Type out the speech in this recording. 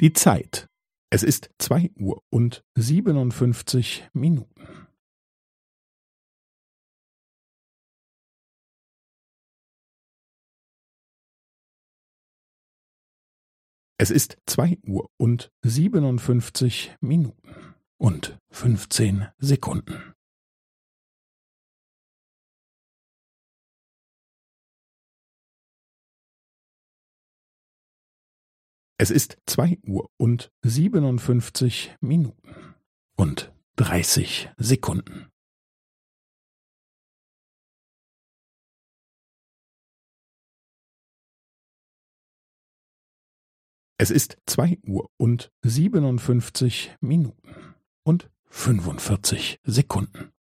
Die Zeit. Es ist 2:57. Es ist 2:57 und 15 Sekunden. Es ist 2:57 und 30 Sekunden. Es ist 2:57 und 45 Sekunden.